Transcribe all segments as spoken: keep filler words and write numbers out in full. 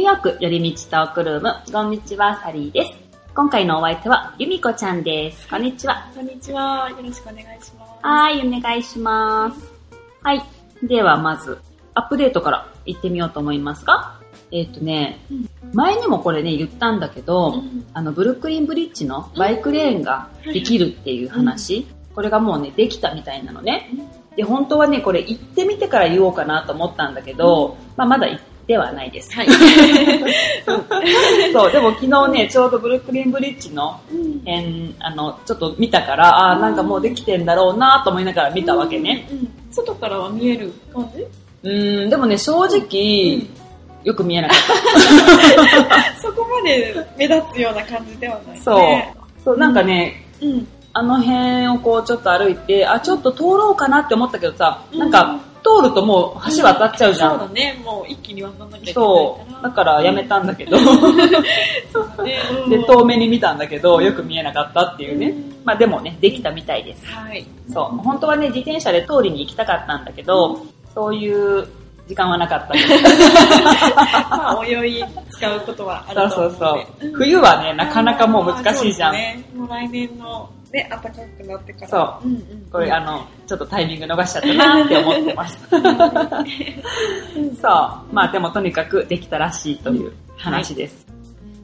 ヨーク寄り道トークルーム、こんにちは、サリーです。今回のお相手は由美子ちゃんです。こんにちは。 こんにちは。よろしくお願いします。 はい、お願いします。はい。ではまず、アップデートから行ってみようと思いますが、えっとね、うん、前にもこれね、言ったんだけど、うん、あの、ブルックリンブリッジのバイクレーンができるっていう話、うん、これがもうね、できたみたいなのね。で、本当はね、これ行ってみてから言おうかなと思ったんだけど、うん、まあ、まだ行ってはないです。はい。そう、でも昨日ね、ちょうどブルックリンブリッジの辺、あの、ちょっと見たから、ああ、なんかもうできてんだろうなと思いながら見たわけね。 うんうん、外からは見える感じ？ うん、でもね、正直、うん、よく見えなかった。 そこまで目立つような感じではないね。 そう。そう、なんかね、うん、あの辺をこうちょっと歩いて、あ、ちょっと通ろうかなって思ったけどさ、うん、なんか、通るともう橋渡っちゃうじゃん。 うん、そうだね。もう一気に渡んなきゃいけないから。 そう。だからやめたんだけど。そうだね。で、遠目に見たんだけど、よく見えなかったっていうね。まあでもね、できたみたいです。 はい。 そう。本当はね、自転車で通りに行きたかったんだけど、そういう時間はなかったです。 まあ、おいおい使うことはあると思うので。 そうそうそう。冬はね、なかなかもう難しいじゃん。 そうですね。もう来年のね、暖かくなってから。 そう。うんうん、これあの、ちょっとタイミング逃しちゃったなって思ってます。そう。まあでもとにかくできたらしいという話です。はい、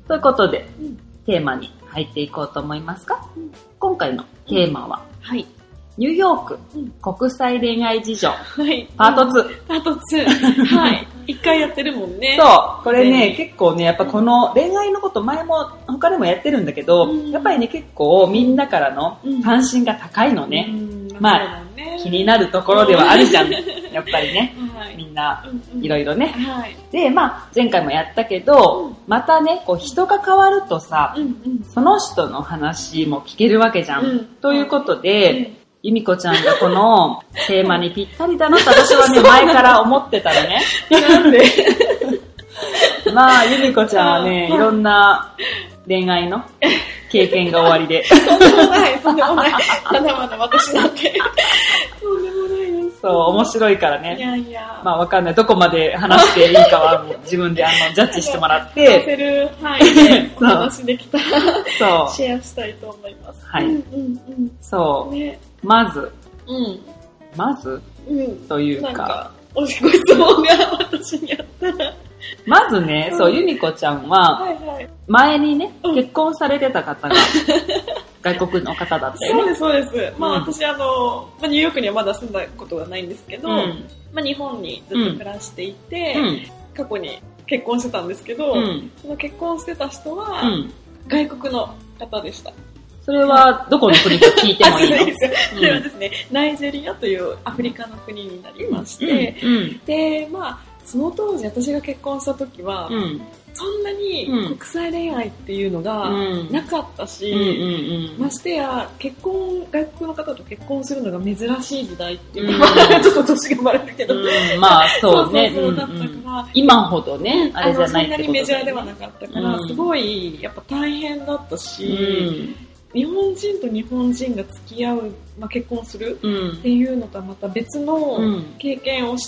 ということで、うん、テーマに入っていこうと思いますが、うん、今回のテーマは、うん、はい。ニューヨーク、うん、国際恋愛事情、はい、パートツー。 パートツー。はい。一回やってるもんね。 そう。これね、結構ね、やっぱこの恋愛のこと前も他でもやってるんだけど、うん、やっぱりね、結構みんなからの関心が高いのね。うん、まあ、ね、気になるところではあるじゃん。やっぱりね。はい、みんな、いろいろね、はい。で、まあ、前回もやったけど、うん、またね、こう人が変わるとさ、うんうん、その人の話も聞けるわけじゃん。うん、ということで、うん、由美子ちゃんがこのテーマにぴったりだなと私はね、前から思ってたのね。 なんでまあ、由美子ちゃんはね、いろんな恋愛の経験が終わりで。 とんでもない、とんでもない。まだまだ私なんて。とんでもないです。 そう、面白いからね。 いやいや。 まあわかんない。どこまで話していいかは自分であのジャッジしてもらって。 話せる範囲でお話できたら、そうシェアしたいと思います。 はい。うんうんうん、そう。ね、まず、うん、まず、うん、というか、なんかご質問が私にあったら。 まずね、そう、由美子ちゃんは、はいはい、前にね、うん、結婚されてた方が、外国の方だったよね。 そうです、そうです。まあ、うん、私、あの、まあ、ニューヨークにはまだ住んだことがないんですけど、うん、まあ、日本にずっと暮らしていて、うん、過去に結婚してたんですけど、うん、その結婚してた人は、うん、外国の方でした。 それはどこの国か聞いてもいいの？ そうですよ。それはですね、ナイジェリアというアフリカの国になりまして、うんうん、で、まあ、その当時私が結婚した時は、うん、そんなに国際恋愛っていうのがなかったし、うんうんうんうん、ましてや結婚、外国の方と結婚するのが珍しい時代っていうのは、うん、ちょっと年がバレるけど、うん、 まあそうね。 そうそうそうだったから、うんうん、 今ほどね、あれじゃないってことだ、ね、 そんなにメジャーではなかったから、うん、すごいやっぱ大変だったし、うん日本人と日本人が付き合う、まあ、結婚するっていうのとはまた別の経験をして、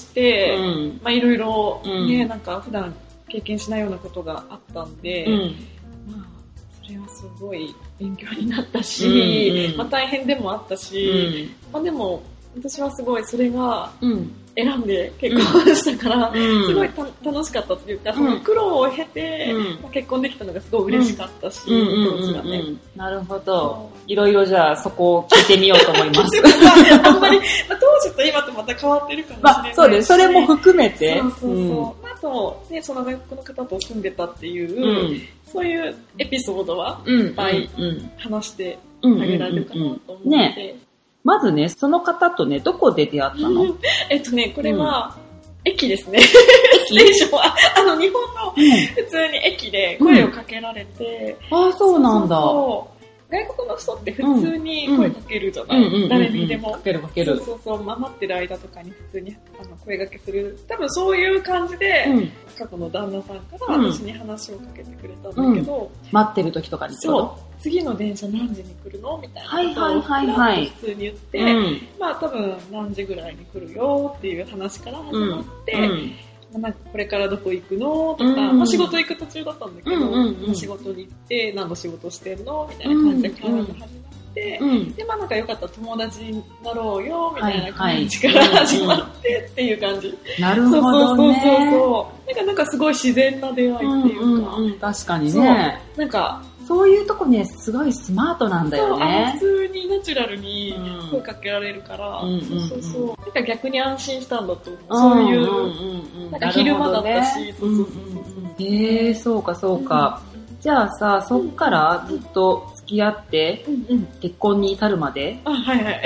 うん、まあいろいろね、うん、なんか普段経験しないようなことがあったんで、うん、まあそれはすごい勉強になったし、うんうん、まあ大変でもあったし、うん、まあでも私はすごいそれが、うん選んで結婚したから、うん、すごいた楽しかったというか、うん、その苦労を経て、うん、結婚できたのがすごい嬉しかったし、うん、当時がね、うんうんうん。なるほど。いろいろじゃあそこを聞いてみようと思います。 あんまり、まあ、当時と今とまた変わってるかもしれないし、 まあ、そうです。それも含めて。 そうそうそう。うん、あと、ね、その外国の方と住んでたっていう、うん、そういうエピソードはいっぱい話してあげられるかなと思って。ねまずね、その方とね、どこで出会ったの？ えっとね、これは、うん、駅ですね。ステーションは、あの、日本の普通に駅で声をかけられて。 うん、ああ、そうなんだ。そうそう外国の人って普通に声かけるじゃない、うん、誰にでも。 かけるかける。 そうそうそう、待ってる間とかに普通にあの声掛けする。多分そういう感じで、うん、過去の旦那さんから私に話をかけてくれたんだけど。うんうん、 待ってる時とかにそう。次の電車何時に来るのみたいなことを普通に言って、はいはいはいはい、まあ多分何時ぐらいに来るよっていう話から始まって、うんうん、 なんかこれからどこ行くのとか、うんまあ、仕事行く途中だったんだけど、うんうんうん、仕事に行って何の仕事してんのみたいな感じで会話が始まって、うんうん、でまあなんかよかったら友達になろうよみたいな感じから始まってっていう感じ、 はいはい、なるほどね。 そうそうそうそうなんかなんかすごい自然な出会いっていうか、 うんうんうん、確かにね。 なんかそういうとこね、すごいスマートなんだよね。 普通にナチュラルに声かけられるから、うん、そうそうそう。なんか逆に安心したんだと思う。そういう、うんうん、なんか昼間だったし、ね、そうそうそうそう。 へえー、そうかそうか。うん、じゃあさ、そっからずっと付き合って、うんうん、結婚に至るまで、 あ、はいはい。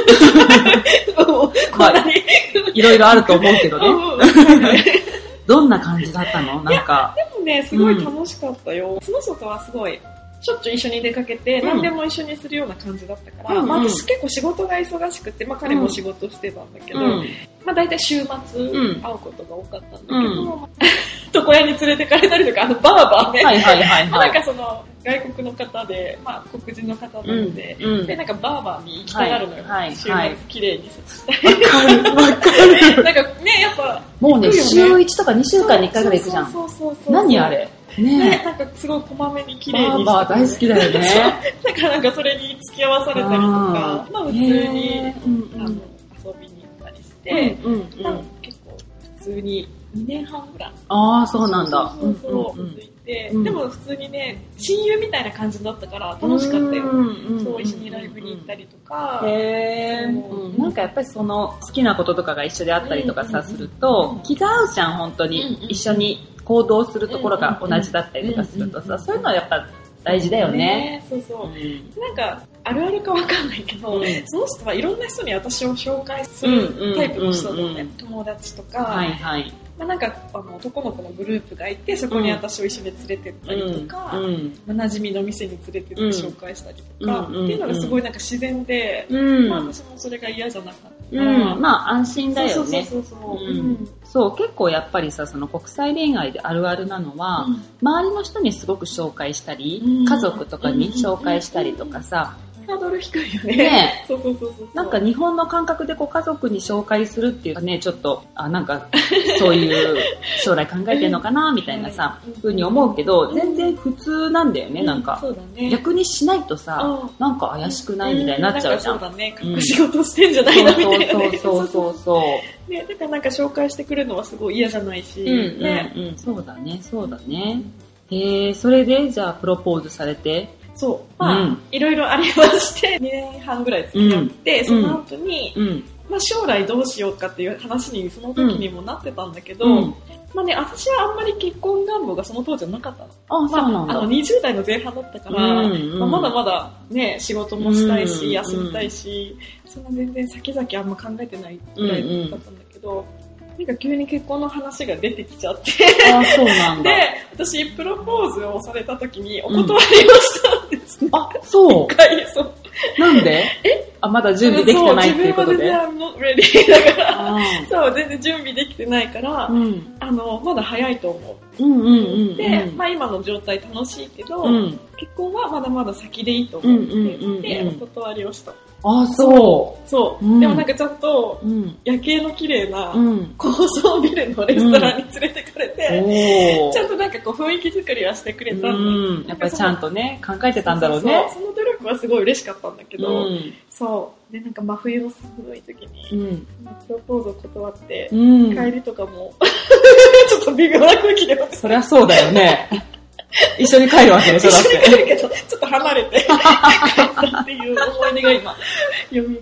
まあ、いろいろあると思うけどね。どんな感じだったの？なんか。 でもね、すごい楽しかったよ。うん、その人とはすごい、しょっちゅう一緒に出かけて、うん、何でも一緒にするような感じだったから、うんまあ、私結構仕事が忙しくて、まあ、彼も仕事してたんだけど、うん、まあ、大体週末会うことが多かったんだけど、うん、床屋に連れてかれたりとか、あのバーバーね、はいはいはいはい、なんかその外国の方で、まあ、黒人の方なので、うん、でなんかバーバーに行きたがるのよ、はいはい、週末綺麗にしたい。わかるわかる。なんかね、やっぱもうね、週いちとかにしゅうかんにいっかいぐらい行くじゃん。そうそうそうそう。何あれね, ねなんかすごいこまめに綺麗にして、 バーバー大好きだよね。 だからなんかそれに付き合わされたりとか、まあ普通に、うんうん、あの遊びに行ったりして、うんうんうん、結構普通ににねんはんぐらい。 ああ、そうなんだ。 そうそうそう、うんうん、続いて、うん、でも普通にね、親友みたいな感じだったから楽しかったよ。うんうん、そう、一緒にライブに行ったりとか。 へー、うん。なんかやっぱりその好きなこととかが一緒であったりとかさ、すると、気が合うじゃん、本当に。うんうん、一緒に行動するところが同じだったりとかするとさ、そういうのはやっぱ大事だよね。ねそうそう、うん。なんか、あるあるかわかんないけど、うん、その人はいろんな人に私を紹介するタイプの人だよね。友達とか、はいはいまあ、なんかあの男の子のグループがいて、そこに私を一緒に連れてったりとか、うんまあ、馴染みの店に連れてって紹介したりとか、うん、っていうのがすごいなんか自然で、うんまあ、私もそれが嫌じゃなかったから、 うん、まあ安心だよね。 そうそうそうそう、 うん、そう結構やっぱりさ、その国際恋愛であるあるなのは、うん、周りの人にすごく紹介したり、うん、家族とかに紹介したりとかさ、 ハードル低いよね。 ねそうそうそうそう。 なんか日本の感覚でこう家族に紹介するっていうかね、ちょっと、あ、なんか、そういう将来考えてるのかな、みたいなさ、ふうに思うけど、全然普通なんだよね、なんか。そうだね。逆にしないとさ、なんか怪しくないみたいになっちゃうじゃん。 そうだね。隠し事してんじゃないのみたいなね。 そうそうそうそう。 ね、だからなんか紹介してくるのはすごい嫌じゃないし。 うんね。 うん、そうだね、そうだね。へえ、それで、じゃあプロポーズされて、 そう。まあ、うん、いろいろありまして、にねんはんぐらい付き合って、うん、その後に、うん、まあ将来どうしようかっていう話にその時にもなってたんだけど、うん、まあね、私はあんまり結婚願望がその当時はなかったの。 あ、 まあ、 そうなんだ。 あの、にじゅうだいの前半だったから、うんうんまあ、まだまだね、仕事もしたいし、遊びたいし、そんな全然先々あんま考えてないぐらいだったんだけど、なんか急に結婚の話が出てきちゃってあ、そうなんだ。 で、私プロポーズをされた時にお断りをしたんです、 うん、あ、そう。 一回、そう。 なんでえあ、まだ準備できてないっていうことで。 そう、自分は全然 I'm not ready だから、そう、全然準備できてないから、うん、あの、まだ早いと思う。うんうんうんうん、で、まあ今の状態楽しいけど、うん、結婚はまだまだ先でいいと思って、うんうんうんうん、で、お断りをした。 あ、そう。 そう。うん、でもなんかちょっと、夜景の綺麗な高層ビルのレストランに連れてかれて、うん、ちゃんとなんかこう雰囲気作りはしてくれたんだ、うん、 やっぱりちゃんとね、考えてたんだろうね。 そうそうそう、その努力はすごい嬉しかったんだけど、うん、そう。で、なんか真冬の寒い時に、うん、プロポーズを断って、うん、帰りとかも、ちょっと微妙な空気で。 そりゃそうだよね。一緒に帰るわけでしょ、だって。 一緒に帰るけど、ちょっと離れて帰ったっていう思い出が今、蘇った。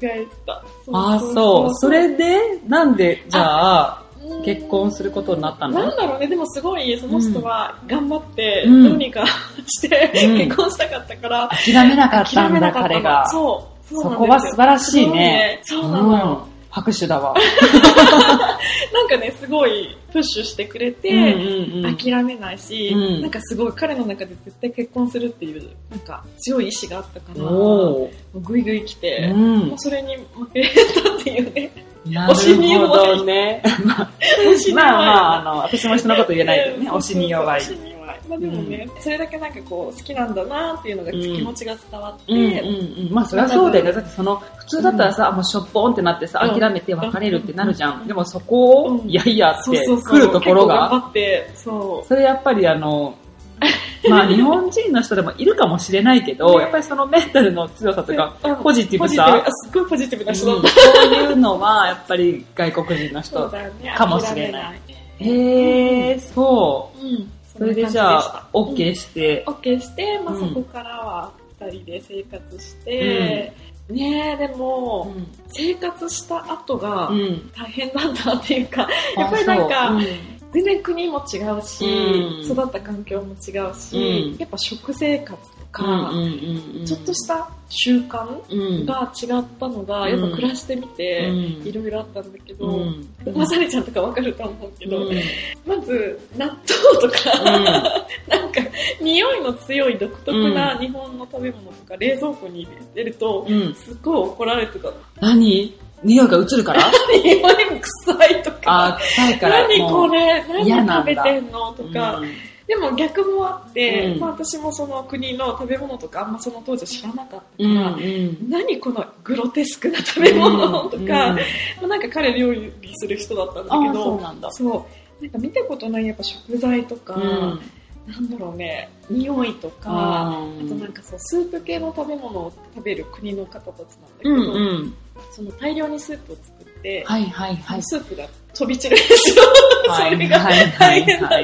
ああ、そう。それで、なんで、じゃあ、結婚することになったの？ なんだろうね、でもすごい、その人は頑張って、どうにかして、結婚したかったから、 諦めなかったんだ、彼が。 そう。 そこは素晴らしいね。 そうなのよ。 拍手だわ。 なんかね、すごいプッシュしてくれて、うんうんうん、諦めないし、うん、なんかすごい彼の中で絶対結婚するっていう、なんか強い意志があったから、ぐいぐい来て、うん、もうそれに負けたっていうね。 なるほどね。まあまあ、あの、私も人のこと言えないけどね、推しに弱い。推しに弱い。 まあでもね、うん、それだけなんかこう好きなんだなっていうのが、うん、気持ちが伝わって、 うんうんうん、まあそりゃそうだよね。だってその普通だったらさ、うん、もうしょっぽんってなってさ、諦めて別れるってなるじゃん。うん、でもそこを、うん、いやいやって来るところが、 そうそうそう、頑張って、そう。 それやっぱりあの、まあ日本人の人でもいるかもしれないけど、やっぱりそのメンタルの強さとか、ポジティブさ、 すっごいポジティブな人だった、 うん。そういうのはやっぱり外国人の人かもしれない。へえー、そう。うん、それでじゃあ、OK して。 うん、OK して、まあそこからは二人で生活して、うん、ねえ、でも、うん、生活した後が大変なんだっていうか、うん、やっぱりなんか、全然国も違うし、うん、育った環境も違うし、うん、やっぱ食生活とか、うんうんうんうん、ちょっとした習慣が違ったのが、うん、やっぱ暮らしてみて、いろいろあったんだけど、うん、まさりちゃんとかわかると思うけど、うん、まず納豆とか、うん、なんか匂いの強い独特な日本の食べ物とか冷蔵庫に入れてると、うん、すっごい怒られてた。 何？匂いが移るから匂い臭いとか。 あ、臭いから。 何これ何食べてんのとか、うん。でも逆もあって、うん、まあ私もその国の食べ物とかあんまその当時知らなかったから、うんうん、何このグロテスクな食べ物とか、うんうん、まあ、なんか彼料理する人だったんだけど、 そうなんだ。 そう。なんか見たことないやっぱ食材とか、うん、なんだろうね、匂いとか、あとなんかそう、スープ系の食べ物を食べる国の方たちなんだけど、うんうん、その大量にスープを作って、 はいはいはい、 スープが飛び散るんですよ。それが大変だった。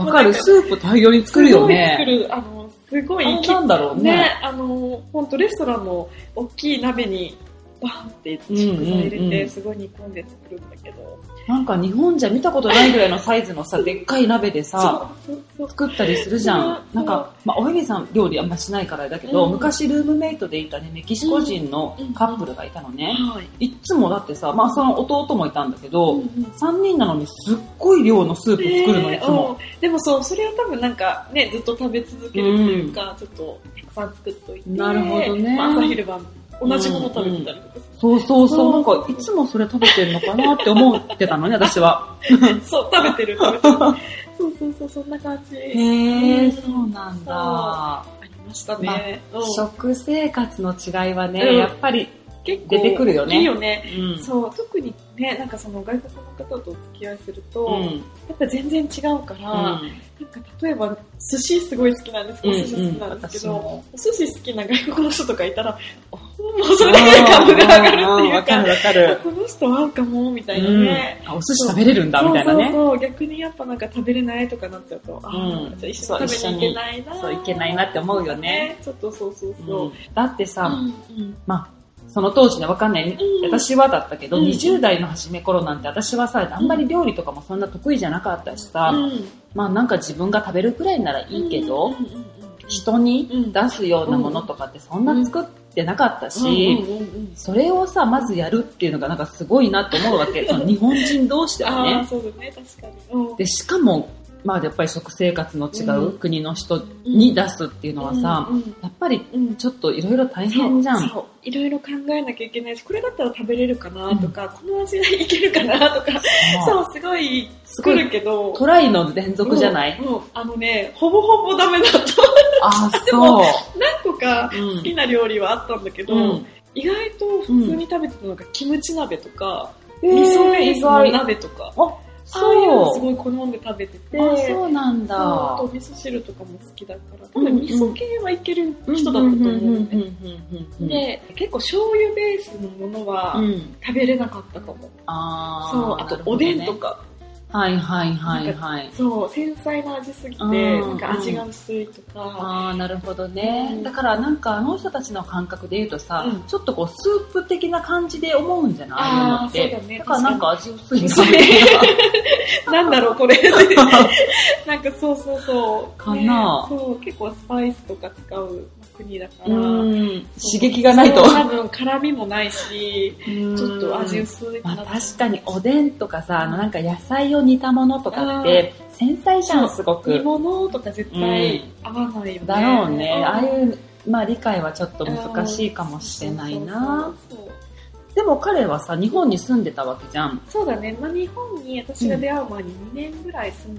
わかる、スープ大量に作るよね。 すごい作る、あの、すごい。 あれなんだろうね。ね、 あの、ほんとレストランの大きい鍋にバーンって食材入れて、うんうんうん、すごい煮込んで作るんだけど。 なんか日本じゃ見たことないぐらいのサイズのさ、でっかい鍋でさ、作ったりするじゃん。なんか、まあ、おへみさん料理あんましないからだけど、うん、昔ルームメイトでいたね、メキシコ人のカップルがいたのね。うんうん、いっつもだってさ、まあその弟もいたんだけど、うんうん、さんにんなのにすっごい量のスープ作るの、いつも。 でもそう、それは多分なんかね、ずっと食べ続けるというか、うん、ちょっとたくさん作っといて。 なるほどね。 まあ、朝昼晩同じもの食べてたりとか、うんうん、そうそうそう、なんかいつもそれ食べてるのかなって思ってたのね、私は。 そう、食べてる、食べてる。そうそうそう、そんな感じ。 へー、そうなんだ。ありましたね。 まあ、食生活の違いはね、うん、やっぱり結構出てくるよね。 いいよね、うん。そう、特にね、なんかその外国の方とお付き合いすると、うん、やっぱ全然違うから、うん、なんか例えば寿司すごい好きなんですけど、お寿司好きなんですけど、うんうん、お寿司好きな外国の人とかいたら、もうそれで株が上がるっていうか、 わかるわかる。 この人合うかも、みたいなね、 うん。お寿司食べれるんだ、みたいなね。 そうそうそう、逆にやっぱなんか食べれないとかなっちゃうと、うん、あじゃあ一緒に食べに行けないな。 そう、いけないなって思うよね。 ちょっとそうそうそう。うん、 だってさ、うんうん、まあ、その当時ね、わかんない、うん。私はだったけど、うん、にじゅう代の初め頃なんて私はさ、あんまり料理とかもそんな得意じゃなかったしさ、うん、まあなんか自分が食べるくらいならいいけど、うんうんうん、人に出すようなものとかってそんな作ってなかったし、それをさ、まずやるっていうのがなんかすごいなと思うわけ。その日本人同士ではね。 あ、そうだね、確かに。うん、 で、しかも、まあやっぱり食生活の違う国の人に出すっていうのはさ、うんうん、やっぱりちょっといろいろ大変じゃん。 そう、いろいろ考えなきゃいけないし、これだったら食べれるかなとか、うん、この味いけるかなとか、そう、すごい作るけど。 トライの連続じゃない？ うん、うん、あのね、ほぼほぼダメだった。 あ、そう。 でも、何個か好きな料理はあったんだけど、うん、意外と普通に食べてたのがキムチ鍋とか、うん、味噌ベースの鍋とか。そういうのすごい好んで食べてて。 あ、そうなんだ。 あと味噌汁とかも好きだから、多分味噌系はいける人だったと思うね。で、結構醤油ベースのものは食べれなかったかも。 あそう、あとおでんとか。 はいはいはいはい。 そう、繊細な味すぎて、なんか味が薄いとか。 ああ、なるほどね、うん。だからなんかあの人たちの感覚で言うとさ、うん、ちょっとこうスープ的な感じで思うんじゃない？ああ、そうだね。だからなんか味薄いみたいな。なんだろうこれ。なんかそうそうそう。 かな、 ね、そう、結構スパイスとか使う国だから。 うん刺激がないと。 多分辛みもないし、ちょっと味薄いかな、 まあ。確かにおでんとかさ、あのなんか野菜を煮たものとかって繊細じゃん、すごく。 煮物とか絶対合わないよね。 だろうね。ああいう、まあ理解はちょっと難しいかもしれないな。でも彼はさ、日本に住んでたわけじゃん。 そうだね。まあ日本に私が出会う前ににねんぐらい住んでたんですけ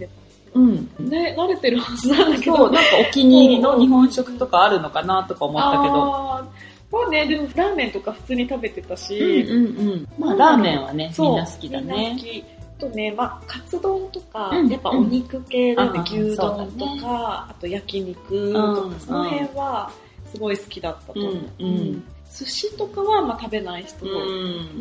うん。ね、慣れてるはずなんだけど。 そう、なんかお気に入りの日本食とかあるのかなとか思ったけど。 あまあね、でもラーメンとか普通に食べてたし。 うんうんうん。まあラーメンはね、みんな好きだね。 みんな好き。あとね、まあ、カツ丼とか、うん、やっぱお肉系だよね、うん、牛丼とか、ね、あと焼肉とか、うん、その辺はすごい好きだったと思う。うんうん寿司とかはまあ食べない人も、うん、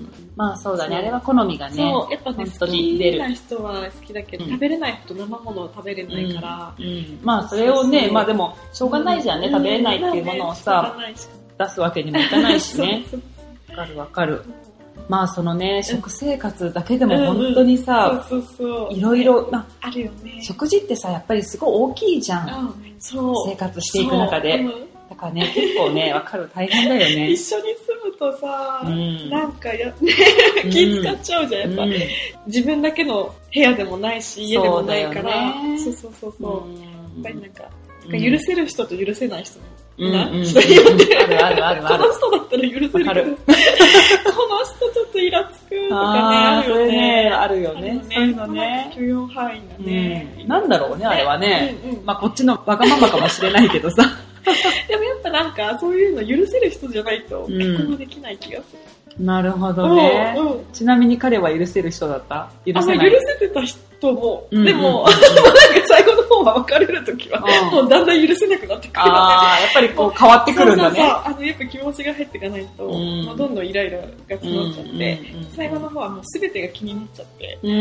まあそうだね、あれは好みがね、 そうやっぱね好きな人は好きだけど、うん、食べれない人生ものを食べれないから、うんうん、 まあそれをね、まあでもしょうがないじゃんね、うん、食べれないっていうものをさ、うんね、出すわけにもいかないしね。わかるわかる。まあそのね、食生活だけでも本当にさ、いろいろな、 あるよね。 食事ってさ、やっぱりすごい大きいじゃん。うん、そう生活していく中で。だからね、結構ね、わかる、大変だよね。 一緒に住むとさ、うん、なんかや、ね、気使っちゃうじゃん、やっぱ、うん。自分だけの部屋でもないし、家でもないから。そうそうそうそう。うん、やっぱりなんか、なんか許せる人と許せない人もな、うんうん、人によって。あるあるあるある。この人だったら許せるけど、この人ちょっとイラつくとかね、あるよね。 あるよね。そういうのね。 許容範囲がね、 うん。なんだろうね、あれはね。うんうん、まあこっちのわがままかもしれないけどさ。 でもやっぱなんかそういうの許せる人じゃないと結婚もできない気がする。 うん、なるほどね、うんうん。ちなみに彼は許せる人だった？許せない。 あ、許せてた人も、うんうん、でも、なんか最後の方は別れるときは、うん、もうだんだん許せなくなってくるので。 ああ、やっぱりこう変わってくるんだね。そうそうそう、 あのやっぱ気持ちが入っていかないと、うん、まあ、どんどんイライラが募っちゃって、うんうんうん、最後の方はもう全てが気になっちゃって、うん、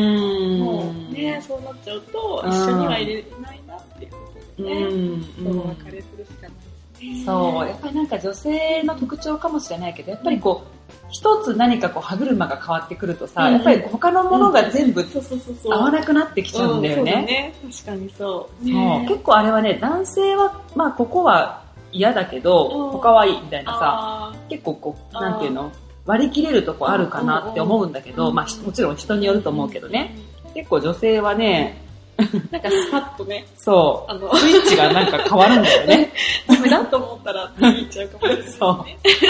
もうね、そうなっちゃうと、一緒にはいれないなっていうことでね、うん、そう別れするしかない。 そう、やっぱりなんか女性の特徴かもしれないけど、やっぱりこう、一つ何かこう歯車が変わってくるとさ、うん、やっぱり他のものが全部合わなくなってきちゃうんだよね。 そうね、確かにそう。 そう、結構あれはね、男性は、まあここは嫌だけど、他はいいみたいなさ、結構こう、なんていうの、割り切れるとこあるかなって思うんだけど、まあもちろん人によると思うけどね、結構女性はね、 なんかスパッとね。 そう。あの、スイッチがなんか変わるんだよね。 ダメだと思ったら言っちゃうかもしれない、ね。そう。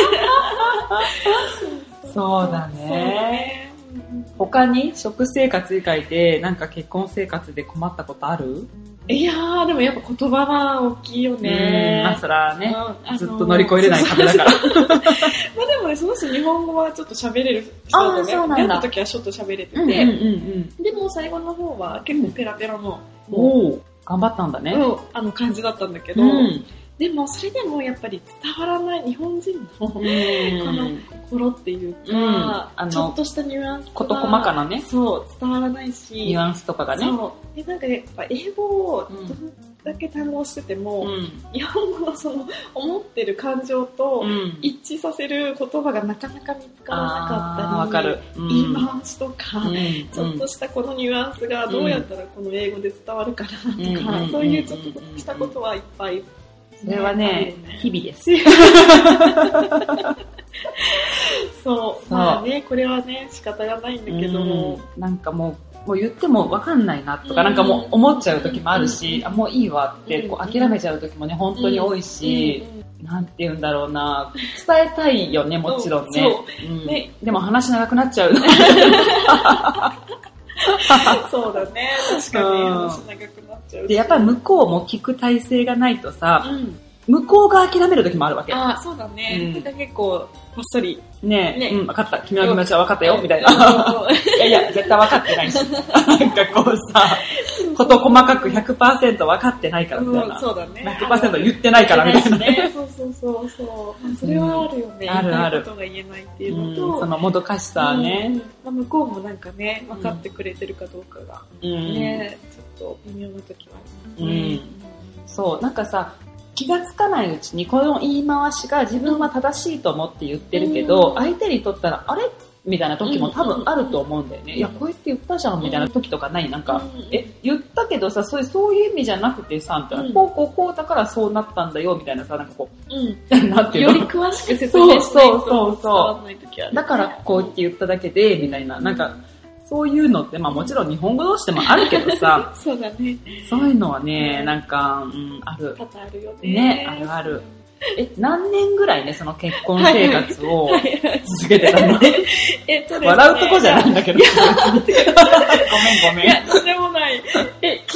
そうだね。他に食生活以外でなんか結婚生活で困ったことある？ いやー、でもやっぱ言葉は大きいよね。 まあそらね、うん、ずっと乗り越えれない壁だから。まあでもね、その人日本語はちょっと喋れる人だとね、出会った時はちょっと喋れてて、うんうんうんうん、でも最後の方は結構ペラペラの、 うん、おー、頑張ったんだね。 うん、あの感じだったんだけど、うん、でもそれでもやっぱり伝わらない日本人のこの心っていうか、うん、あのちょっとしたニュアンスが事細かなね、 そう伝わらないし、 ニュアンスとかがね、 そうでなんかやっぱ英語をどんだけ単語してても、うん、日本語のその思ってる感情と一致させる言葉がなかなか見つからなかったり、 わかる、 うん、言い回しとか、うん、ちょっとしたこのニュアンスがどうやったらこの英語で伝わるかなとか、うん、そういうちょっとしたことはいっぱい。 それはね、ね日々です。 そう、まあね、これはね、仕方がないんだけども。 なんかもう、もう言っても分かんないなとか、なんかもう思っちゃう時もあるし、あ、もういいわってこう諦めちゃう時もね、本当に多いし、なんて言うんだろうな、伝えたいよね、もちろんね。うんね、でも話長くなっちゃう。 そうだね、確かに話長くなっちゃう。 で、やっぱり向こうも聞く体制がないとさ、うん、向こうが諦める時もあるわけ。 ああ、そうだね。うん、結構、こっそり。 ねえ、ね、うん、分かった。君の気持ちは分かったよ、みたいな。いやいや、絶対分かってないし。なんかこうさ、こと細かく ひゃくパーセント 分かってないから、みたいな。 そうだね。 ひゃくパーセント 言ってないから、みたいなね。 そうそうそうそう。それはあるよね。 あるある。 ことが言えないっていうのと、 そのもどかしさね。 向こうもなんかね、分かってくれてるかどうかが、ね、ちょっと微妙な時はありますね。 そう、なんかさ、気がつかないうちにこの言い回しが自分は正しいと思って言ってるけど、相手にとったらあれみたいな時も多分あると思うんだよね。いや、こうやって言ったじゃんみたいな時とかない？なんか、え、言ったけどさ、そういう、そういう意味じゃなくてさ、みたいな、こうこうこうだからそうなったんだよみたいなさ、なんかこう、うん、なんていうの？ より詳しく説明しないと伝わらない時ある。 だからこうって言っただけで、みたいな、なんか、そういうのって、まあもちろん日本語同士でもあるけどさ、 そうだね。 そういうのはね、なんか、うん、ある。 多々あるよね。 ね、あるある。え、何年ぐらいね、その結婚生活を続けてたの？えっとね、笑うとこじゃないんだけど。ごめんごめん。 いや、とんでもない。え、聞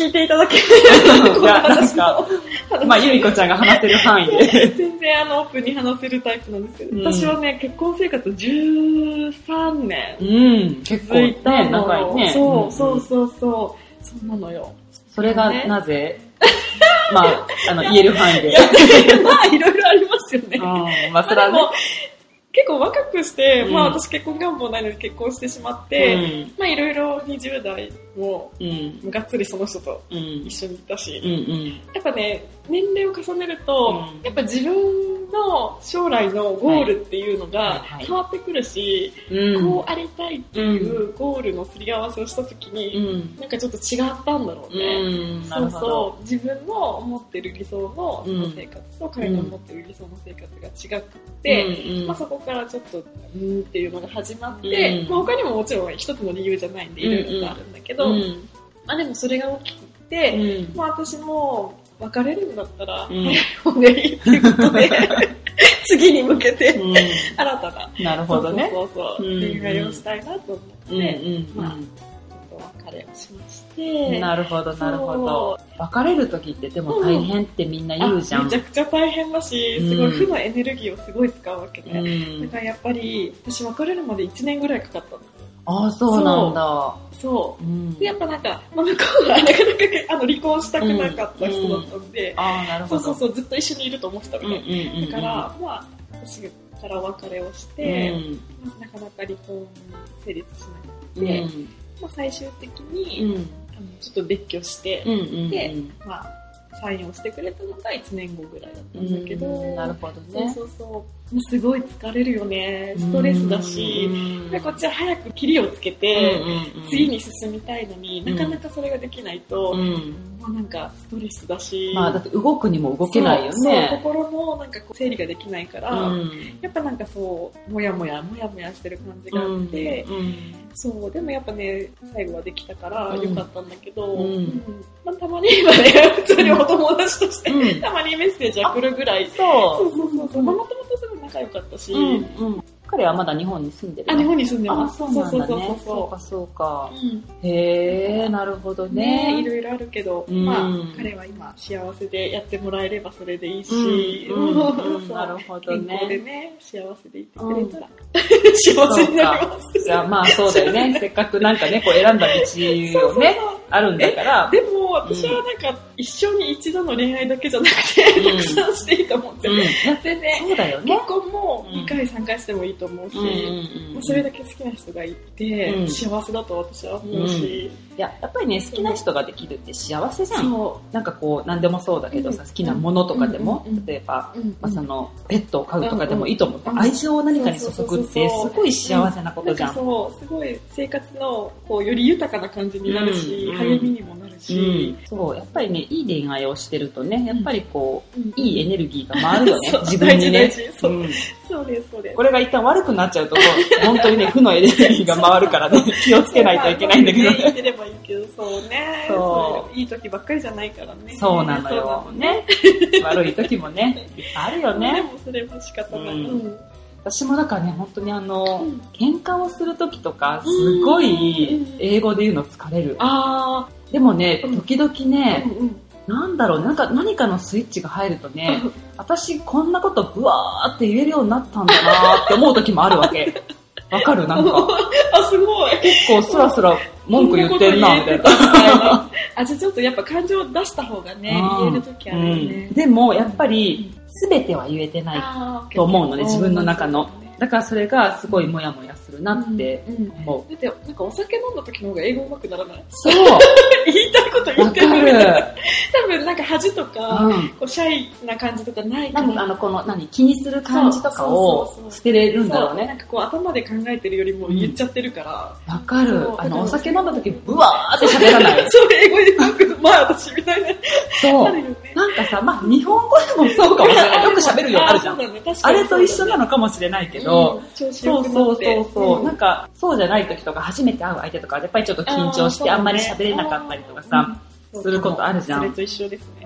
聞いていただけるいや、なんか、まあ、ゆりこちゃんが話せる範囲で。 全然あの、オープンに話せるタイプなんですけど、うん、私はね、結婚生活じゅうさんねん。 うん、結構ね、長いね。 そう、そうそうそう。そうなのよ。 それがなぜ、まあ、あの、言える範囲で。 まあ、いろいろありますよね。 うん、まあ、それはね。 結構若くして、うん、まあ私結婚願望ないのに結婚してしまって、うん、まあいろいろにじゅう代も、うん、がっつりその人と一緒にいたし、うんうん、やっぱね、年齢を重ねると、うん、やっぱ自分の将来のゴールっていうのが変わってくるし、はいはい、こうありたいっていうゴールのすり合わせをした時に、うん、なんかちょっと違ったんだろうね。うん、そうそう、自分の思ってる理想のその生活と彼の思ってる理想の生活が違くて、うんうん、まあそこからちょっと、うーんっていうのが始まって、うん、まあ他にももちろん一つの理由じゃないんでいろいろとあるんだけど、うんうん、まあでもそれが大きくて、うん、まあ私も別れるんだったら、早い方がいいっていうことで、次に向けて、うん、新たな、 なるほどね。 そうそうそう、恋愛をしたいなと思って、うんうん、まあ別れをしまして。 なるほど、なるほど。別れる時ってでも大変ってみんな言うじゃん。 めちゃくちゃ大変だし、すごい負のエネルギーをすごい使うわけで。うん、だからやっぱり、私別れるまでいちねんぐらいかかったの。 ああ、そうなんだ。 そう。うん、で、やっぱなんか、まあ、向こうがなかなかあの離婚したくなかった人だったんで、うんうん、ああ、なるほど。そうそうそう、ずっと一緒にいると思ってたみたいな。うんうんうんうん、だから、まあ、私から別れをして、うんまあ、なかなか離婚成立しなくて、うんまあ、最終的に、うん、あのちょっと別居して、うんうんうん、で、まあ、サインをしてくれたのがいちねんごぐらいだったんだけど、 うん、なるほどね。 そうそうそう。すごい疲れるよね。ストレスだし、でこっちは早く切りをつけて、うんうんうん、次に進みたいのに、なかなかそれができないと、うん、まあなんかストレスだし、 まあだって動くにも動けないよね。 そう、そう心もなんかこう整理ができないから、うん、やっぱなんかそう、もやもや、もやもやしてる感じがあって、うんうん、そう、でもやっぱね、最後はできたから良かったんだけど、うんうんまあ、たまに今ね、普通にお友達として、うん、たまにメッセージが来るぐらい、そうそうそうそう、もともとすごい仲良かったし、うんうん彼はまだ日本に住んでる。 あ、日本に住んでます。 あ、そうなんだね。そうそうそうそうか、そうか。うん、へー、なるほどね。 ねいろいろあるけど、うん、まあ、彼は今幸せでやってもらえればそれでいいし、うんうんうん、なるほどね。健康でね、幸せでいてくれたら、うん、幸せになります。 じゃあまあそうだよね。せっかくなんかね、こう選んだ道をね、そうそうそうあるんだから。 でも私はなんか、一生に一度の恋愛だけじゃなくて、うん、たくさんしていいと思って。うん、全然、そうだよね。結婚もにかいさんかいしてもいいと思うし、うんうんうん、それだけ好きな人がいて、うん、幸せだと私は思うし、うん、いや、やっぱりね、好きな人ができるって幸せじゃん。そう。なんかこう、なんでもそうだけどさ、好きなものとかでも、うん、例えば、うんまあ、その、ペットを飼うとかでもいいと思う。うん、愛情を何かに注ぐってすごい幸せなことじゃん。 そう、すごい生活の、こう、より豊かな感じになるし、うん、励みにもなるし、 うん、そう、やっぱりね、いい恋愛をしてるとね、やっぱりこう、うん、いいエネルギーが回るよね、自分にね。 そう、うん、そうです、そうです。 これが一旦悪くなっちゃうと、本当にね、負のエネルギーが回るからね、気をつけないといけないんだけどね。 言ってればいいけど、そうね。そう。いい時ばっかりじゃないからね。 そうなのよ。ね。悪い時もね、いっぱいあるよね。 でもそれも仕方ない。うん私もだからね、本当にあの、うん、喧嘩をするときとか、すごい英語で言うの疲れる。あでもね、時々ね、うんうん、なんだろう、なんか何かのスイッチが入るとね、私こんなことブワーって言えるようになったんだなって思うときもあるわけ。わかるなんか。 あ、すごい。 結構スラスラ文句言ってんな、みたいな。 あ、じゃあちょっとやっぱ感情を出した方がね、言えるときあるよね、 うん。でも、やっぱり、すべては言えてないと思うのね、自分の中の。だからそれがすごいモヤモヤするなって思う。 うんうん、だってなんかお酒飲んだ時の方が英語上手くならない？ そう言いたいこと言ってる。多分なんか恥とか、うん、こうシャイな感じとかないから。 なんかあのこの何気にする感じとかを捨てれるんだろうね。 なんかこう頭で考えてるよりも言っちゃってるから。 わ、うん、かる。あのお酒飲んだ時ブワーって喋らない。 そう英語でなんかまあ私みたいな。 そう。ね、なんかさまあ日本語でもそうかもしれない。よく喋るようあるじゃん。あ, ね、あれと一緒なのかもしれないけど。うん、そうそうそうそう、うん、なんかそうじゃない時とか初めて会う相手とかやっぱりちょっと緊張して あ,、ね、あんまり喋れなかったりとかさ、うん、することあるじゃん。 それと一緒ですね。 うん、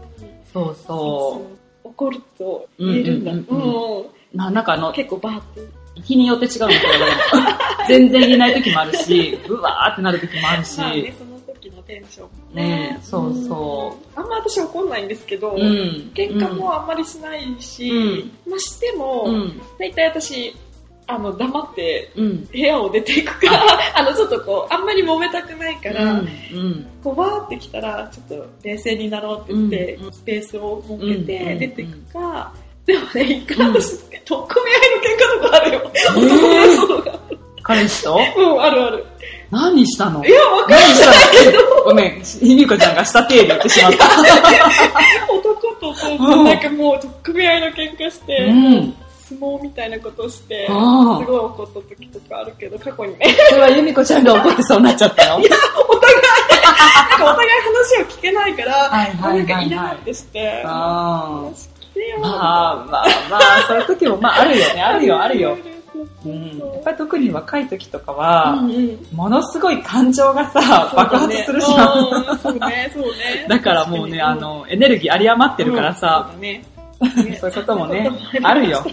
そうそう。 怒ると言えるんだ。うんうんうんうん、まあなんかあの結構バーって日によって違うんだけど全然言えない時もあるし、うわーってなる時もあるし。 まあね、その時のテンションね。うん、そうそう。 あんま私怒んないんですけど、うん、喧嘩もあんまりしないし、うん、まあしても、うん、大体私、あの、黙って部屋を出ていくから、うん、あの、ちょっとこう、あんまり揉めたくないから、うんうん、こう、バーって来たら、ちょっと冷静になろうって言って、うん、スペースを設けて出ていくか、うん、でもね、一回私、うん、とっくみ合いの喧嘩とかあるよ。えー、 彼氏とうん、あるある。 何したの？ いや、わかんないけど。 ごめん、ひみこちゃんがした手で言ってしまった。 男とそう、なんかもう、とっくみ合いの喧嘩して、うん相撲みたいなことをして、すごい怒った時とかあるけど、過去にね。 それは由美子ちゃんが怒ってそうなっちゃったの？ いや、お互い、なんかお互い話を聞けないから、はいはいはいはい、なんかイラってして、あ話聞けよ。まあまあまあ、そういう時もまああるよね、あるよ、あるよ。うん、やっぱり特に若い時とかは、うんうん、ものすごい感情がさ、爆発するじゃん。 そうね、そうね。 だからもうね、あの、エネルギー有り余ってるからさ、うん、そうだね。そういうこともね、あるよ。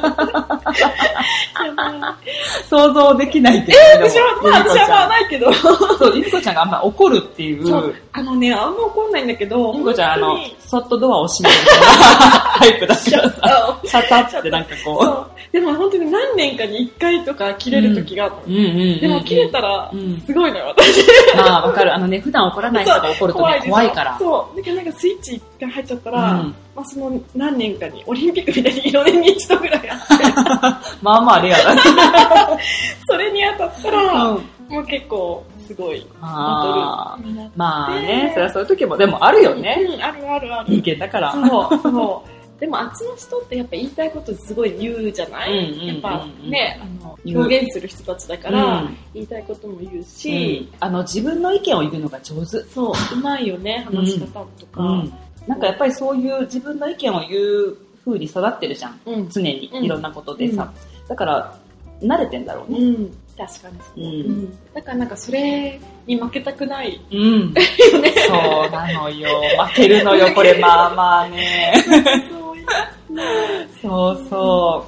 想像できないけど。 えー、私は、まあ私はまあないけど。 そう、ゆみこちゃんがあんま怒るっていう。そう、 あのね、あんま怒んないんだけど。 ゆみこちゃん、あの、そっとドアを閉めるタイプだからさ、シャッターってなんかこう。でも本当に何年かに一回とか切れる時がある。うんうんうんうん、でも切れたら、すごいのよ、私。 まあわかる。あのね、普段怒らない人が怒るとね、怖いから。 そう。だからなんかスイッチ一回入っちゃったら、うん、まあその何年かに、オリンピックみたいによねんに一度ぐらいあって。 まあまあレアだね。 それに当たったら、うん、もう結構、すごい、 バトルになって。まあね、それはそういう時も、でもあるよね。 うん、あるあるある。 人間だから。 そう、そう。でもあっちの人ってやっぱ言いたいことすごい言うじゃない、うんうんうんうん、やっぱね、あの、表現する人たちだから、うん、言いたいことも言うし、 うん、あの、自分の意見を言うのが上手。 そう、うまいよね、話し方とか、うんうん。 なんかやっぱりそういう自分の意見を言う風に育ってるじゃん。うん、常に、いろんなことでさ。うん、だから、慣れてんだろうね。うん、 確かに、うんうん。だからなんかそれに負けたくない。 うん。ね、そうなのよ。負けるのよ、これまあまあね。そうそう。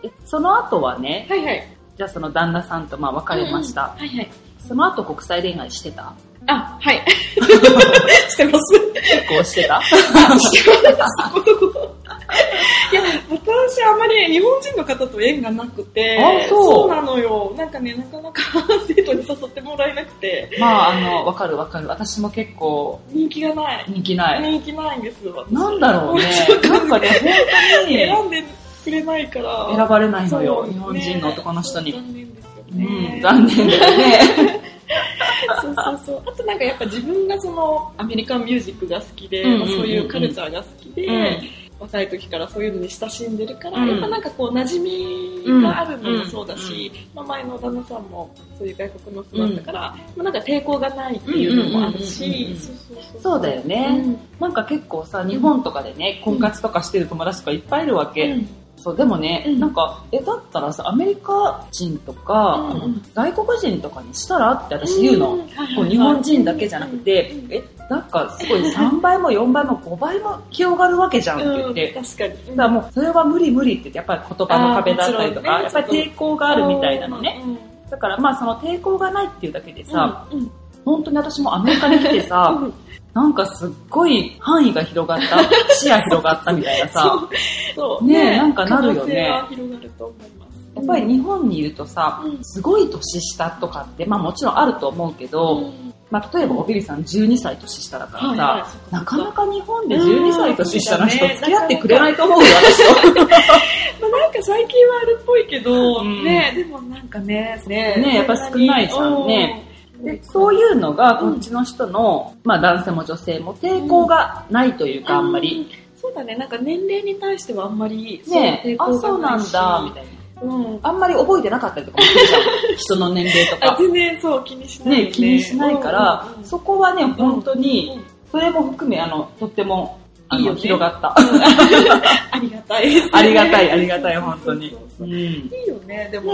え、その後はね、 はいはい。 じゃあその旦那さんとまあ別れました。 うんうん、はいはい。 その後国際恋愛してた？ あ、はい。してます。 結構してた？ してます。そこそこ。いや、私あんまり日本人の方と縁がなくて、 あ、そう。 そうなのよ。なんかね、なかなかデートに誘ってもらえなくて。 まあ、あの、わかるわかる。私も結構。 人気がない。 人気ない。 人気ないんですよ。 なんだろうね。なんかね、本当に。 選んでくれないから。 選ばれないのよ。日本人の男の人に。 残念ですよね。 うん、残念だよね。 そうそうそう。あとなんかやっぱ自分がそのアメリカンミュージックが好きで、まあ、そういうカルチャーが好きで、うん、若い時からそういうのに親しんでるから、うん、やっぱなんかこう馴染みがあるのもそうだし、うんうん、まあ、前の旦那さんもそういう外国の人だったから、うん、まあ、なんか抵抗がないっていうのもあるし、 そうだよね、うん。なんか結構さ、日本とかでね、婚活とかしてる友達とかいっぱいいるわけ。うん、そう、でもね、うん、なんか、え、だったらさ、アメリカ人とか、うんうん、外国人とかにしたらって私言うの。うん、こう日本人だけじゃなくて、うん、え、なんかすごいさんばいもよんばいもごばいも広がるわけじゃんって言って。 うん、確かに。 だからもう、それは無理無理って言って、やっぱり言葉の壁だったりとか、ね、やっぱり抵抗があるみたいなのね。だからまあその抵抗がないっていうだけでさ、うんうん、本当に私もアメリカに来てさ、うん、なんかすっごい範囲が広がった、視野広がったみたいなさ、 そうねえ、なんかなるよね。 可能性は広がると思います。 やっぱり日本にいるとさ、うん、すごい年下とかって、まあもちろんあると思うけど、うん、まあ例えばおびりさんじゅうにさい年下だからさ、はいはい、なかなか日本でじゅうにさい年下の人付き合ってくれないと思うよ、私と。 まあなんか最近はあるっぽいけど、うん、ね、でもなんかね、 ね、ねやっぱ少ないじゃんね。でそういうのがこっちの人の、うん、まあ男性も女性も抵抗がないというか、うん、あんまり、 うん、そうだね、なんか年齢に対してはあんまりね、抵抗がないし、あ、そうなんだみたいな。うん、あんまり覚えてなかったりとかもするじゃん。人の年齢とか。 全然そう気にしない、ね。 ね、気にしないから、うんうんうん、そこはね、本当に、うんうん、それも含め、あの、とっても、いいよね、広がった。 ありがたいです、ね。 ありがたい、ありがたい、本当に。 そうそうそう、うん、いいよね、でもね。ね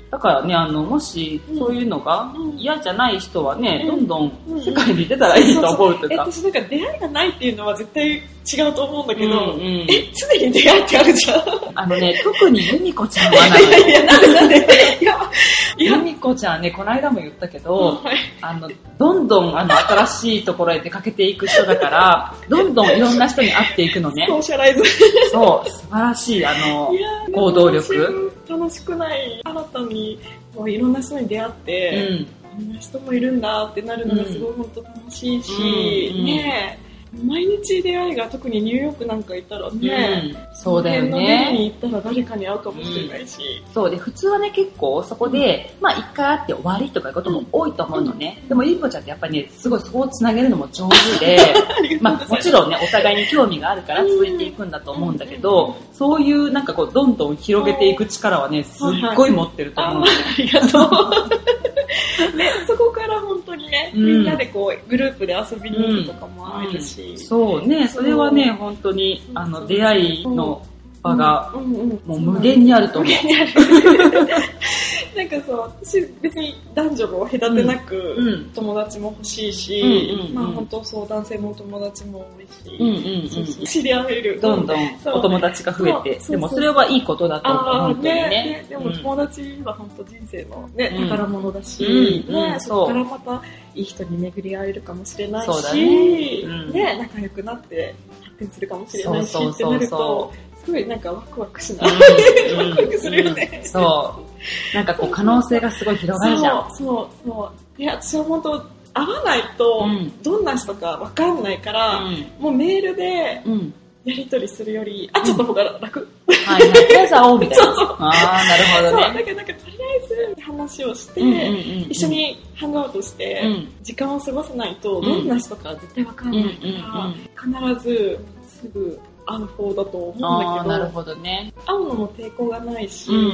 だからね、あの、もし、そういうのが嫌じゃない人はね、どんどん世界に出たらいいと思うというか。 私なんか出会いがないっていうのは絶対違うと思うんだけど、うんうん、え、常に出会いってあるじゃん。 あのね、特にユミコちゃんはなんか、 いや、なんでなんでいや、 ユミコちゃんね、この間も言ったけど、はい、あの、どんどんあの、新しいところへ出かけていく人だから、どんどんいろんな人に会っていくのね。 ソーシャライズ。 そう、素晴らしい、あの、行動力。 楽しくない。新たに、もういろんな人に出会って、うんこんな人もいるんだってなるのがすごい本当楽しいし、うん、ねえ毎日出会いが特にニューヨークなんか行ったらね、 うん、そうだよね。 その辺のビルに行ったら誰かに会うかもしれないし、 うん、そうで普通はね結構そこで、うん、まあ一回会って終わりとかいうことも多いと思うのね。うん、でもゆいこちゃんってやっぱりねすごいそこをつなげるのも上手で、まあもちろんねお互いに興味があるから続いていくんだと思うんだけど、うん、そういうなんかこうどんどん広げていく力はねすっごい持ってると思うのね。 ありがとう。ね、そこから本当にね、うん、みんなでこうグループで遊びに行くとかもあるし、うんうん、 そうね、それはね本当にあの出会いの場がもう無限にあると思う。 なんかそう私別に男女も隔てなく友達も欲しいし、まあ本当そう男性も友達も多いし、知り合えるどんどんお友達が増えて、でもそれはいいことだと思う本当にね。 でも友達は本当人生のね宝物だし、ねそこからまたいい人に巡り合えるかもしれないし、ね仲良くなって発展するかもしれないしってなると。すごいなんかワクワクしない。ワクワクするよね。 そう。なんかこう可能性がすごい広がるじゃん。 そうそうそう。いや私は本当会わないとどんな人かわかんないから、うん、もうメールでやり取りするより、うん、あちょっと方が楽。 はいはい。とりあえず会おうみたいな。そうそう。ああなるほどね。 そうだけどなんかとりあえず話をして、うんうんうんうん、一緒にハングアウトして、うん、時間を過ごさないとどんな人か絶対わかんないから、うんうんうん、必ずすぐ会う方だと思うんだけど、 なるほどね。 会うのも抵抗がないし、 うんうん、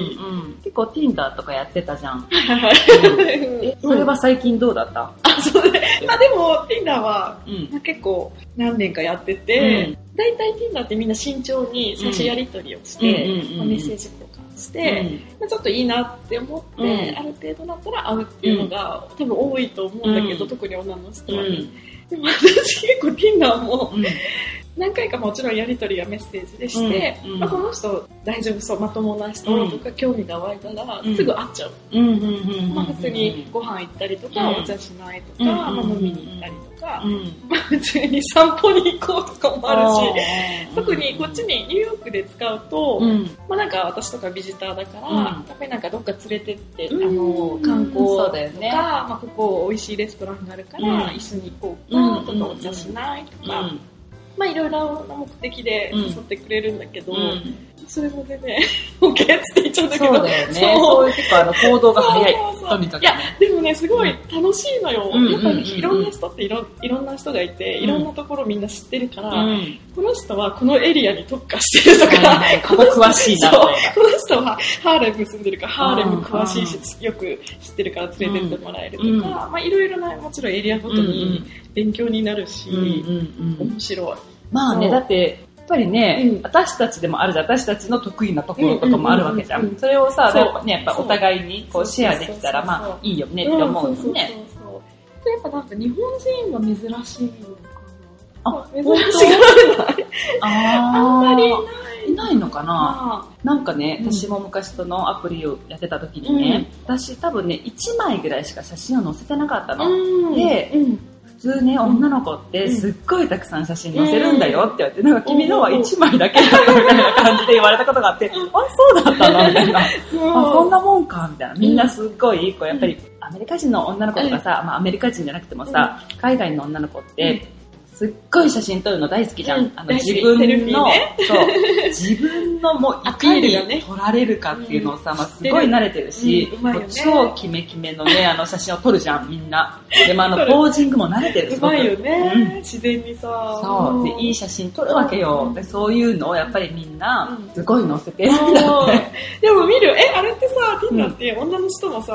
結構 Tinder とかやってたじゃん。うん、え、それは最近どうだった？ あ、そうね。まあでも Tinder は、うんまあ、結構何年かやってて、うん、だいたい Tinder ってみんな慎重に最初やり取りをして、うんまあ、メッセージ交換して、うんまあ、ちょっといいなって思って、うん、ある程度だったら会うっていうのが、うん、多分多いと思うんだけど、うん、特に女の人は、ね。うんでも私結構 Tinder も、うん何回かもちろんやり取りやメッセージでして、うんうんまあ、この人大丈夫そうまともな人とか、うん、興味が湧いたらすぐ会っちゃう、うんまあ、普通にご飯行ったりとか、うん、お茶しないとか、うんまあ、飲みに行ったりとか、うんまあ、普通に散歩に行こうとかもあるし、うん、特にこっちにニューヨークで使うと、うんまあ、なんか私とかビジターだから、うん、やっぱりなんかどっか連れてって、うん、あの観光とか、ねまあ、ここ美味しいレストランがあるから、うん、一緒に行こうかとか、お茶しないとか、うんまあいろいろな目的で誘ってくれるんだけど、うん、それもでね、OK って言っちゃうんだけど。 そうだよね。そういう結構あの行動が早い。そうそうそうとにかく、ね。 いや、でもね、すごい楽しいのよ。うん、やっぱりいろんな人っていろいろんな人がいて、いろんなところみんな知ってるから、うん、この人はこのエリアに特化してるとか、 はいはい、ここ詳しいなそう。この人はハーレム住んでるから、ハーレム詳しいし、よく知ってるから連れてってもらえるとか、うん、まあいろいろな、もちろんエリアごとに勉強になるし、うんうんうん、面白い。 まあね、だって、やっぱりね、うん、私たちでもあるじゃん、私たちの得意なところとかもあるわけじゃん。うんうんうんうん、それをさ、やっぱね、やっぱお互いにこうシェアできたら、まあいいよねって思うよね。そうそうそうそうやっぱなんか日本人は珍しいのかな。 あ、珍しがないああんまりいない。いないのかな、なんかね、私も昔そのアプリをやってた時にね、うん、私多分ね、いちまいぐらいしか写真を載せてなかったの。うん、で、うん普通ね、女の子ってすっごいたくさん写真載せるんだよって言われて、なんか君のはいちまいだけだったみたいな感じで言われたことがあって、あ、そうだったのみたいな。あ、そんなもんかみたいな。みんなすっごい、こうやっぱりアメリカ人の女の子とかさ、まあアメリカ人じゃなくてもさ、海外の女の子って、すっごい写真撮るの大好きじゃん。うん、あの自分の、ね、そう、自分のもういかに撮られるかっていうのをさ、まあ、すごい慣れてるし、うんうね、超キメキメのね、あの写真を撮るじゃん、みんな。でもあのポージングも慣れてる。 うまいよね、うん、自然にさ。 そう。で、いい写真撮るわけよ。で、そういうのをやっぱりみんな、すごい載せてるんだって。 でも見る、え、あれってさ、Tinderって女の人もさ、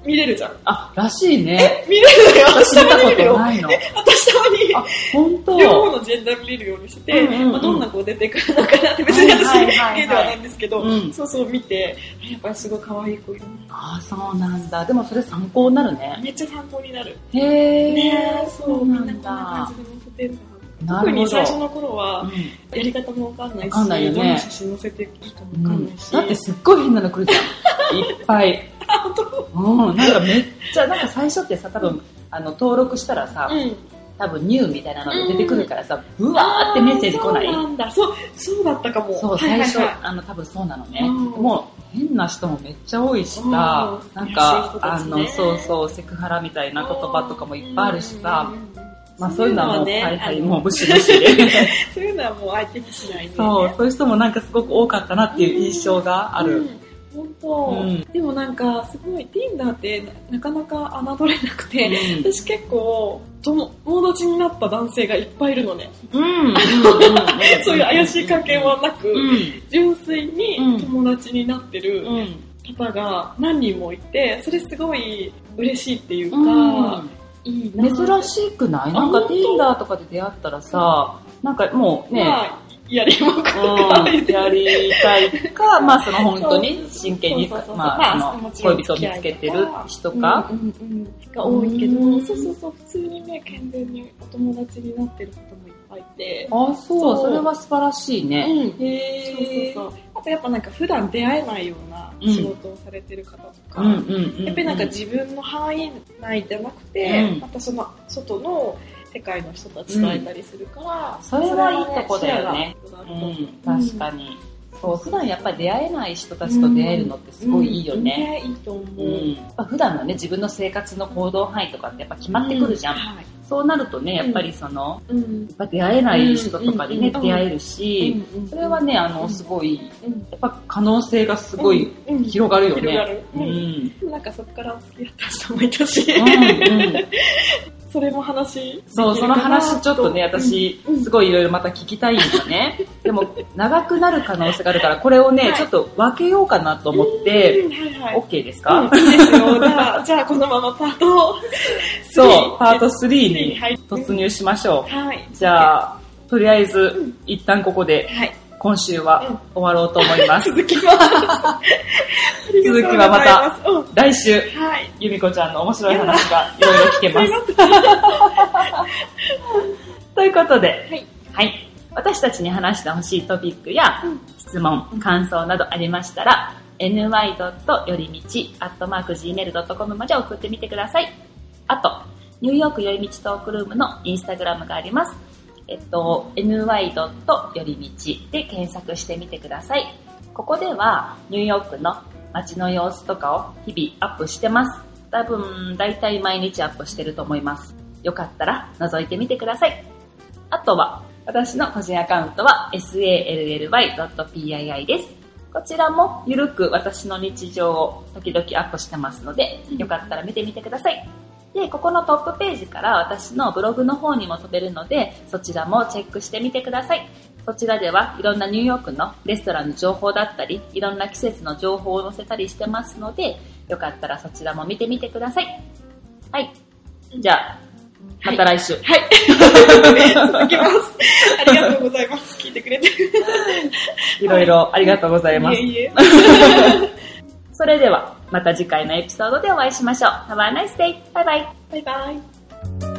見れるじゃん。 あ、らしいね。 え、見れるのよ。 私見たことないの。 私たまに、 あ、本当。 両方のジェンダー見れるようにして、うんうんうん、まあ、どんな子出てくるのかなって、別に私、ゲではないんですけど、うん、そうそう見て、やっぱりすごい可愛い子いる。 ああ、そうなんだ。でもそれ参考になるね。 めっちゃ参考になる。 へー。 ねー、そう、みんなこんな感じで載せてるんだ。特に最初の頃は、うん、やり方もわかんないし、んないよね、どんな写真載せていいかもわかんないし、 うん、だってすっごい変なの来るじゃん。いっぱい。 本当？ うん、なんかめっちゃ、なんか最初ってさ、多分、あの、登録したらさ、うん、多分ニューみたいなので出てくるからさ、ブワーってメッセージ来ない？ そうなんだ。そう、そうだったかも。 そう、最初、はいはいはい、あの、多分そうなのね。うん、もう、変な人もめっちゃ多いしさ、うん、なんか、ね、あの、そうそう、セクハラみたいな言葉とかもいっぱいあるしさ、まあそういうのはもう、ね、はいはい、もうブシブシで。 そういうのはもう相手にしないね。 そう、そういう人もなんかすごく多かったなっていう印象がある。うん本当、うん、でもなんかすごい Tinder ってなかなか侮れなくて、うん、私結構友達になった男性がいっぱいいるのね、うん、そういう怪しい関係はなく、うん、純粋に友達になってる方が何人もいて、それすごい嬉しいっていうか、うん、いいな。 珍しくない？なんか Tinder とかで出会ったらさ、なんかもうね、まあやりまくる、 うん、やりたいか、まあその本当に真剣に、まあその恋人を見つけてる人か、 うんうんうん、が多いけど、うん、そうそうそう、普通にね、健全にお友達になってる方もいっぱいいて。 あ、そう、それは素晴らしいね。 うん、へー。そうそうそう。あとやっぱなんか普段出会えないような仕事をされてる方とか、うん、やっぱりなんか自分の範囲内じゃなくて、うん、またその外の世界の人たちと会えたりするから、 うん、それはいいとこだよね。うん、確かに。そう、普段やっぱり出会えない人たちと出会えるのってすごいいいよね。 うん、いいと思う。 うん、やっぱ普段のね、自分の生活の行動範囲とかってやっぱ決まってくるじゃん。うんはい、そうなるとね、やっぱりその、うん、やっぱ出会えない人とかでね、うん、出会えるし、うん、それはね、あの、すごい、やっぱ可能性がすごい広がるよね。広がる。 うん。なんかそこからお付き合った人もいたし。うんうんそれも話そう、その話ちょっとね、私、うん、すごいいろいろまた聞きたいんだね。でも、長くなる可能性があるから、これをね、はい、ちょっと分けようかなと思って、はいはい、OK ですか？ うん、いいですよ。じゃあ、じゃあこのままパートそう、パートスリーに突入しましょう。はい、じゃあ、とりあえず、うん、一旦ここで、はい今週は終わろうと思います。 続きます。 続きはまた来週、はい、ゆみこちゃんの面白い話がいろいろ聞けます。ということで、はい、はい、私たちに話してほしいトピックや質問、感想などありましたら、エヌワイ よりみち アットマーク ジーメール ドットコム まで送ってみてください。あと、ニューヨークよりみちトークルームのインスタグラムがあります。えっと、エヌワイ よりみちで検索してみてください。ここではニューヨークの街の様子とかを日々アップしてます。多分、だいたい毎日アップしてると思います。よかったら覗いてみてください。あとは、私の個人アカウントは エスエーエルエルワイ ドット ピーアイアイ です。こちらもゆるく私の日常を時々アップしてますので、よかったら見てみてください。で、ここのトップページから私のブログの方にも飛べるので、そちらもチェックしてみてください。そちらではいろんなニューヨークのレストランの情報だったり、いろんな季節の情報を載せたりしてますので、よかったらそちらも見てみてください。はい。じゃあ、また来週。 はい。はい、続きます。ありがとうございます。聞いてくれて。 いろいろありがとうございます。いえいえそれでは、また次回のエピソードでお会いしましょう。Have a nice day! バイバイ。 バイバイ。